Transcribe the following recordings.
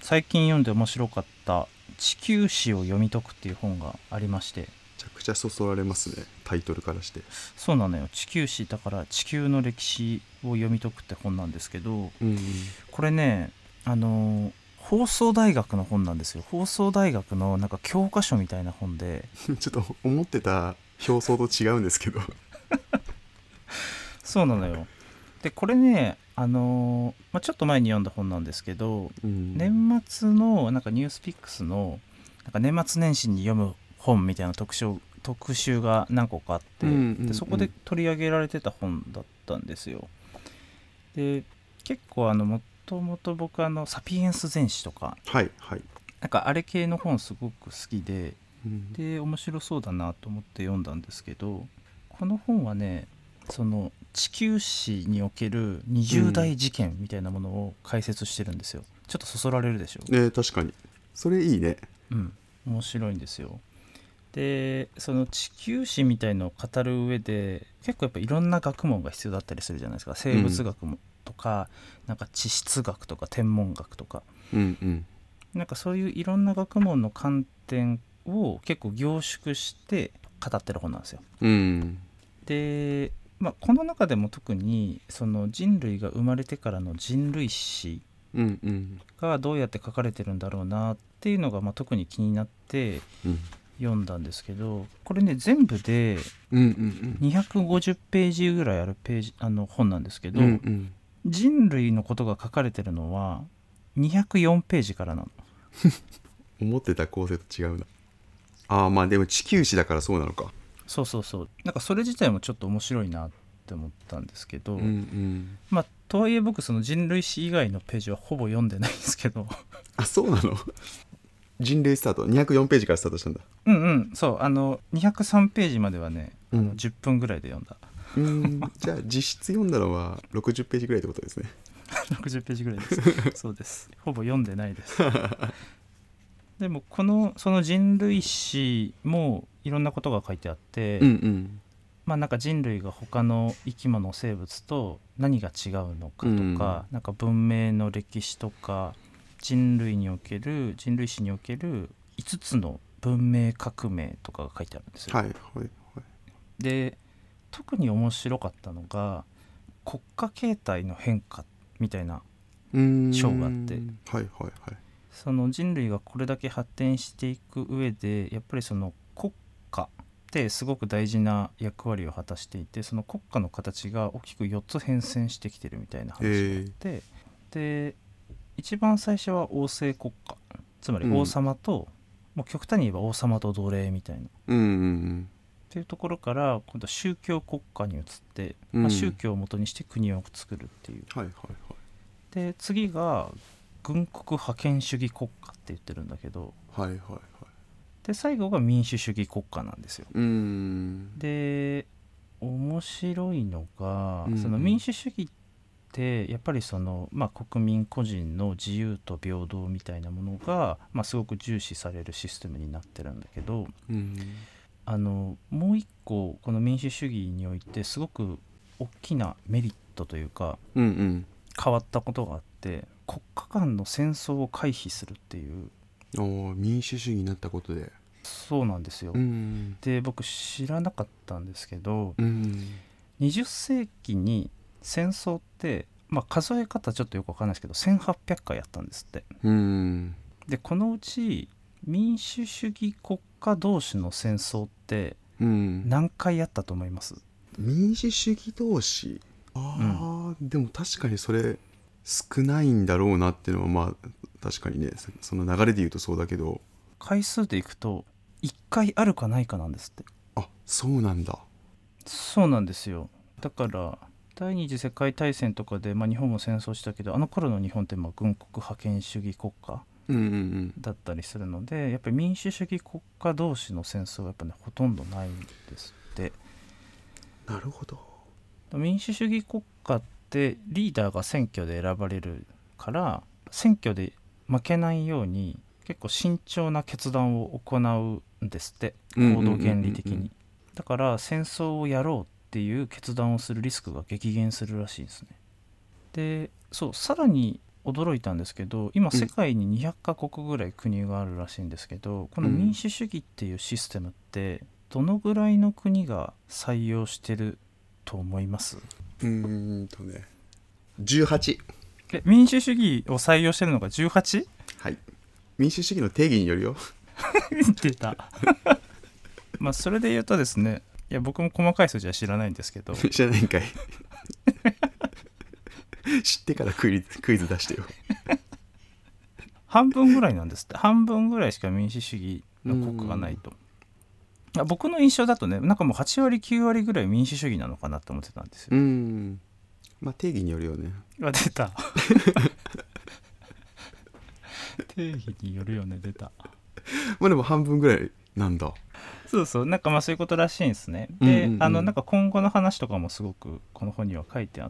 最近読んで面白かった地球史を読み解くっていう本がありまして。めちゃくちゃそそられますね、タイトルからして。 そうなのよ、地球史だから地球の歴史を読み解くって本なんですけど、 うん。 これね、放送大学の本なんですよ。放送大学のなんか教科書みたいな本で。 ちょっと思ってた表層と違うんですけど。 そうなのよ。でこれね、ちょっと前に読んだ本なんですけど、 うん。 年末のなんかニュースピックスのなんか年末年始に読む本みたいな特集が何個かあっうんうて、でそこでんうん。 取り上げられてた本だったんですよ。で結構もともと僕サピエンス全史とかはいはい。 なんかあれ系の本すごく好きで、 うん。 で面白そうだなと思って読んだんですけど、この本はね、その地球史における20 うん。 大事件みたいなものを解説してるんですよ。ちょっとそそられるでしょ。 ね、確かに。それいいね。 うん、面白いんですよ。でその地球史みたいのを語る上で結構やっぱいろんな学問が必要だったりするじゃないですか。生物うん。 学もとか、なんか地質学とか天文学とか、 うんうん。 なんかそういういろんな学問の観点を結構凝縮して語ってる本なんですよ。 うん。 で、この中でも特にその人類が生まれてからの人類史うんうん。 がどうやって書かれてるんだろうなっていうのが特に気になってうん。 読んだんですけど、これね全部でうんうん 250ページぐらいある本なんですけうん。うんうど、 ん。 人類のことが書かれてるのは204ページからなの。 思ってた構成と違うな。ああ、まあでも地球史だからそうなのか。 そうそうそう、なんかそれ自体もちょっと面白いなって思ったんですけうんうど、 ん。 とはいえ僕その人類史以外のページはほぼ読んでないんですけど。 あ、そうなの。人類スタート204ページからスタートしたんだ。 うんうん、そう203ページまではね、 うん。 10分ぐらいで読んだ。 じゃあ実質読んだのは60ページぐらいってことですね。 60ページぐらいです。そうです、ほぼ読んでないです。でもその人類史もいろんなことが書いてあっうんて、 うん。 なんか人類が他の生き物生物と何が違うのうかとか、 ん。 なんか文明の歴史とか、人類史における5つの文明革命とかが書いてあるんですよ。 はいはいはい。 で特に面白かったのが国家形態の変化みたいな章があって、 はいはいはい。 その人類がこれだけ発展していく上でやっぱりその国家ってすごく大事な役割を果たしていて、その国家の形が大きく4つ変遷してきてるみたいな話があっへえ。 て、で一番最初は王政国家、つまり王うん。 様と、もう極端に言えば王様と奴隷みたいなっうんうんていうところから今度は宗教国家に移って、 うん。うん。 宗教をもとにして国を作るっていう。 はいはいはい。 で次が軍国覇権主義国家って言ってるんだけど、 はいはいはい。 で最後が民主主義国家なんですよ。 うーん。 で面白いのが、 うんうその民ん。 主主義ってやっぱりその、国民個人の自由と平等みたいなものが、すごく重視されるシステムになってるんだけど、 うん。 もう一個この民主主義においてすごく大きなメリットというかうんうん。 変わったことがあって、国家間の戦争を回避するっていう。 おー、民主主義になったことで。 そうなんですよ。 うんで僕知らなかったんですけど、 うん。 20世紀に戦争って、数え方ちょっとよくわかんないですけど1800回やったんですって。 うん。 でこのうち民主主義国家同士の戦争ってうん。 何回やったと思います？ 民主主義同士。 うん、 ああ、でも確かにそれ少ないんだろうなっていうのは、まあ確かにね、その流れで言うとそうだけど。 回数でいくと1回あるかないかなんですって。 あ、そうなんだ。 そうなんですよ。だから第二次世界大戦とかで、日本も戦争したけど、あの頃の日本って軍国覇権主義国家うんうんうん。 だったりするので、やっぱり民主主義国家同士の戦争はやっぱねほとんどないんですって。 なるほど。 民主主義国家ってリーダーが選挙で選ばれるから、選挙で負けないように結構慎重な決断を行うんですって、 うんうんうん行動原理的に。 うんだから戦争をやろうっていう決断をするリスクが激減するらしいですね。でそうさらに驚いたんですけど、今世界に200カ国ぐらい国があるらしいんですけど、この民主主義っていうシステムってどのぐらいの国が採用してると思います？ 18。 民主主義を採用してるのが 18？ はい。民主主義の定義によるよ。 出たまあそれで言うとですね、いや僕も細かい数字は知らないんですけど知らないんかい知ってからクイズ出してよ。 半分ぐらいなんですって。半分ぐらいしか民主主義の国家がないと。僕の印象だとね、なんかもう8割9割ぐらい民主主義なのかなと思ってたんですよ。 まあ定義によるよね。 出た定義によるよね、出た。 まあでも半分ぐらいなんだ。 そうそう、なんかまあそういうことらしいんですね。で、なんか今後の話とかもすごくこの本には書いてあって、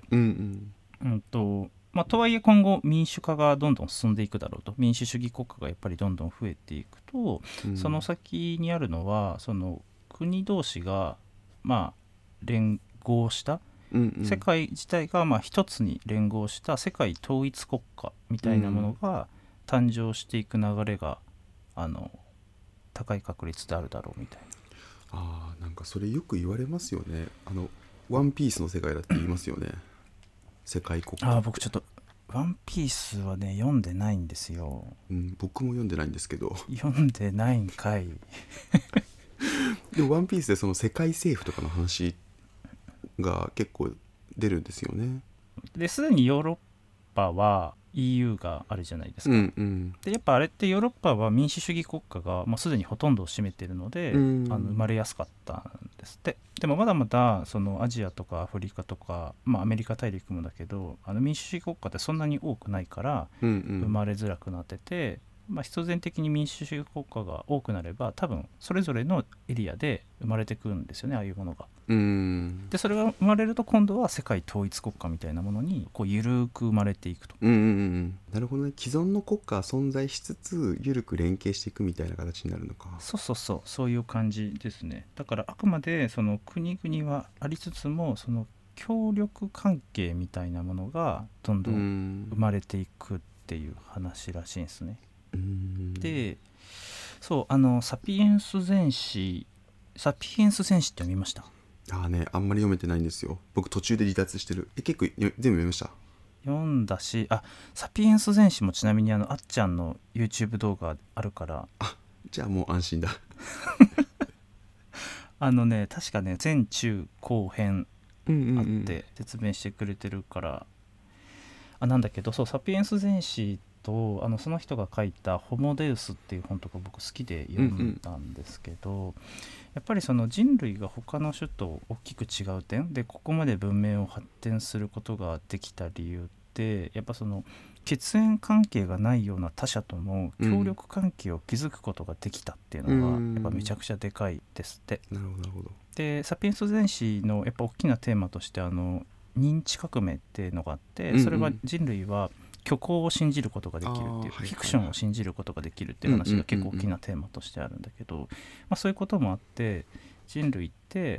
まあ、とはいえ今後民主化がどんどん進んでいくだろうと、民主主義国家がやっぱりどんどん増えていくと、その先にあるのはその国同士がまあ連合した、世界自体がまあ一つに連合した世界統一国家みたいなものが誕生していく流れが高い確率であるだろうみたいな。なんかそれよく言われますよね。ワンピースの世界だって言いますよね。世界国家。 僕ちょっとワンピースはね読んでないんですよ。 僕も読んでないんですけど。 読んでないんかいでもワンピースでその世界政府とかの話が結構出るんですよね。 ですでにヨーロッパは EU があるじゃないですか、でやっぱあれってヨーロッパは民主主義国家がもうすでにほとんどを占めているので、生まれやすかったんですって。でもまだまだそのアジアとかアフリカとか、アメリカ大陸もだけど民主主義国家ってそんなに多くないから生まれづらくなってて、必然的に民主主義国家が多くなれば多分それぞれのエリアで生まれてくるんですよね、ああいうものが。でそれが生まれると今度は世界統一国家みたいなものにこう緩く生まれていくと。 なるほどね。既存の国家は存在しつつ緩く連携していくみたいな形になるのか。 そういう感じですね。だからあくまでその国々はありつつもその協力関係みたいなものがどんどん生まれていくっていう話らしいんですね。でそうサピエンス全史って読みました？ あんまり読めてないんですよ。僕途中で離脱してる。結構全部読みました？ 読んだし、サピエンス全史もちなみにあっちゃんの YouTube 動画あるから、 じゃあもう安心だ確かね前中後編あって説明してくれてるから、なんだけど、そうサピエンス全史とその人が書いたホモデウスっていう本とか僕好きで読んだんですけど、やっぱりその人類が他の種と大きく違う点でここまで文明を発展することができた理由ってやっぱその血縁関係がないような他者とも協力関係を築くことができたっていうのがやっぱめちゃくちゃでかいですって。 なるほど。 でサピエンス全史のやっぱ大きなテーマとして認知革命っていうのがあって、それは人類は虚構を信じることができるっていう、フィクションを信じることができるっていう話が結構大きなテーマとしてあるんだけど、そういうこともあって人類って、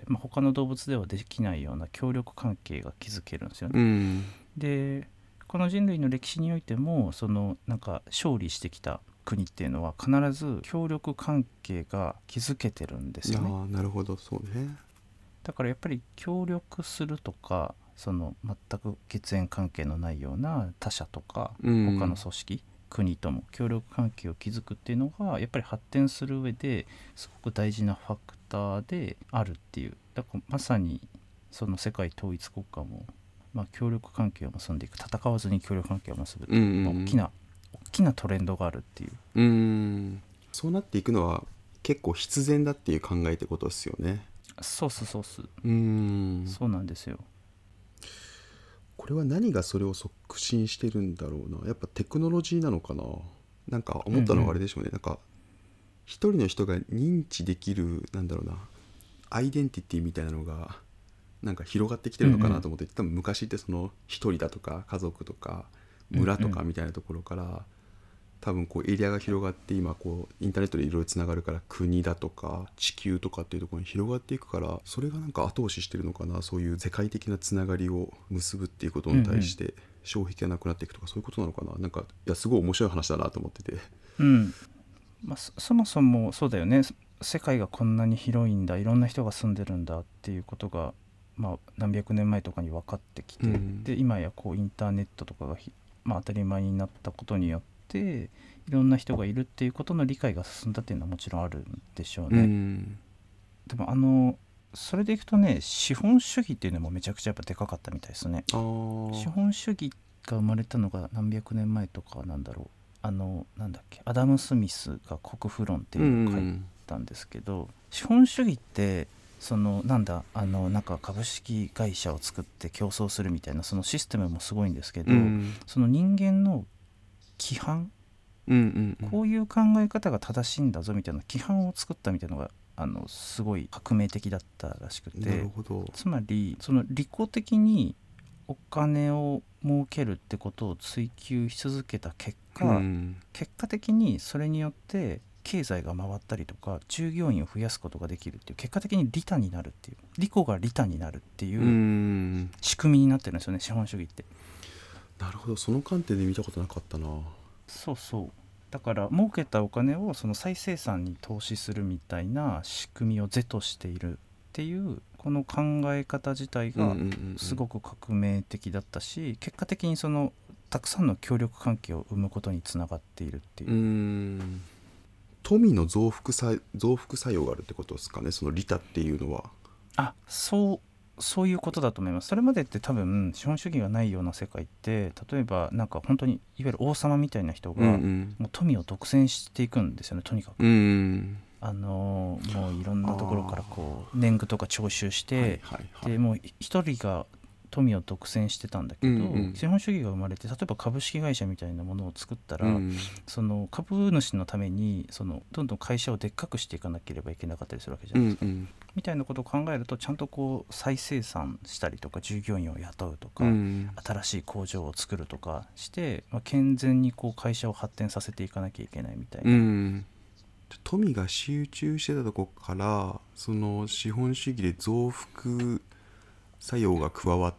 他の動物ではできないような協力関係が築けるんですよね。でこの人類の歴史においてもそのなんか勝利してきた国っていうのは必ず協力関係が築けてるんですよね。 なるほど、そうね。 だからやっぱり協力するとかその全く血縁関係のないような他者とか他の組織、国とも協力関係を築くっていうのがやっぱり発展する上ですごく大事なファクターであるっていう。だからまさにその世界統一国家も、協力関係を結んでいく、戦わずに協力関係を結ぶっていう、大きなトレンドがあるっていう。 そうなっていくのは結構必然だっていう考えってことですよね。 そうなんですよ。 これは何がそれを促進してるんだろうな。やっぱテクノロジーなのかな。なんか思ったのがあれでしょうね、なんか一人の人が認知できるアイデンティティみたいなのがなんか広がってきてるのかなと思って、多分昔ってその一人だとか家族とか村とかみたいなところから、多分こうエリアが広がって今こうインターネットでいろいろつながるから国だとか地球とかっていうところに広がっていくから、それがなんか後押ししてるのかな。そういう世界的なつながりを結ぶっていうことに対して、 障壁がなくなっていくとかそういうことなのかな。なんかいやすごい面白い話だなと思ってて。 うん。そもそもそうだよね。世界がこんなに広いんだ、いろんな人が住んでるんだっていうことが、何百年前とかに分かってきて、で今やこうインターネットとかが当たり前になったことによっていろんな人がいるっていうことの理解が進んだっていうのはもちろんあるんでしょうね。でもそれでいくとね、資本主義っていうのもめちゃくちゃやっぱでかかったみたいですね。資本主義が生まれたのが何百年前とかなんだろう。なんだっけ、アダム・スミスが国富論っていうのを書いたんですけど、資本主義ってなんか株式会社を作って競争するみたいなそのシステムもすごいんですけど、その人間の規範、こういう考え方が正しいんだぞみたいな規範を作ったみたいなのがすごい革命的だったらしくて、つまりその利己的にお金を儲けるってことを追求し続けた結果、結果的にそれによって経済が回ったりとか従業員を増やすことができるっていう、結果的に利他になるっていう、利己が利他になるっていう仕組みになってるんですよね、資本主義って。 なるほど、その観点で見たことなかったな。 そうそう。だから儲けたお金をその再生産に投資するみたいな仕組みを是としているっていうこの考え方自体がすごく革命的だったし、結果的にそのたくさんの協力関係を生むことにつながっているっていう。 富の増幅作用があるってことですかね、その利他っていうのは。 そういうことだと思います。それまでって多分資本主義がないような世界って、例えばなんか本当にいわゆる王様みたいな人がもう富を独占していくんですよね、とにかく。もういろんなところからこう年貢とか徴収して、でもう一人が富を独占してたんだけど、資本主義が生まれて例えば株式会社みたいなものを作ったら、その株主のためにどんどん会社をでっかくしていかなければいけなかったりするわけじゃないですか。みたいなことを考えると、ちゃんとこう再生産したりとか従業員を雇うとか、新しい工場を作るとかして、健全にこう会社を発展させていかなきゃいけないみたいな。 富が集中してたとこからその資本主義で増幅作用が加わって、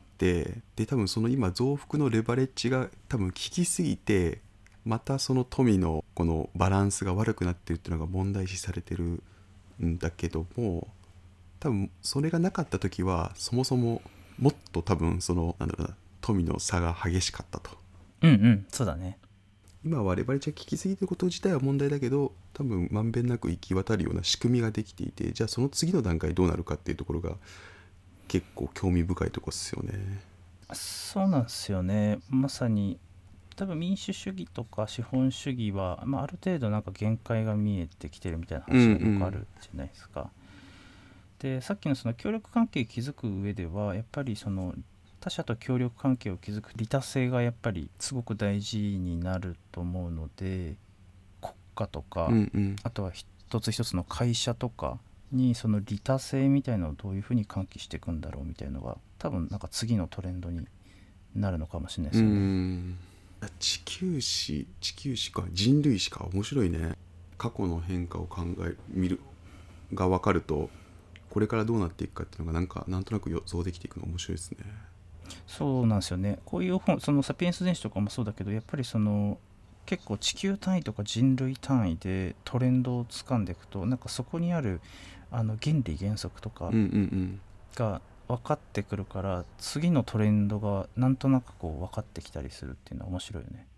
で多分その今増幅のレバレッジが多分効きすぎて、またその富のこのバランスが悪くなってるっていうのが問題視されてるんだけども、多分それがなかった時はそもそももっと多分その富の差が激しかったと。 そうだね。 今はレバレッジが効きすぎてること自体は問題だけど、多分まんべんなく行き渡るような仕組みができていて、じゃあその次の段階どうなるかっていうところが結構興味深いところですよね。 そうなんですよね。まさに多分民主主義とか資本主義は、ある程度なんか限界が見えてきてるみたいな話がよくあるじゃないですか。でさっきのその協力関係築く上では、やっぱりその他者と協力関係を築く利他性がやっぱりすごく大事になると思うので、国家とか、あとは一つ一つの会社とかにその利他性みたいなのをどういうふうに喚起していくんだろうみたいなのが、多分なんか次のトレンドになるのかもしれないですよね。 地球史か人類史か、面白いね。過去の変化を見るが分かると、これからどうなっていくかっていうのがなんとなく予想できていくの面白いですね。 そうなんですよね。こういう本、そのサピエンス電子とかもそうだけど、やっぱりその結構地球単位とか人類単位でトレンドをつかんでいくと、なんかそこにある原理原則とかが分かってくるから、次のトレンドがなんとなくこう分かってきたりするっていうのは面白いよね。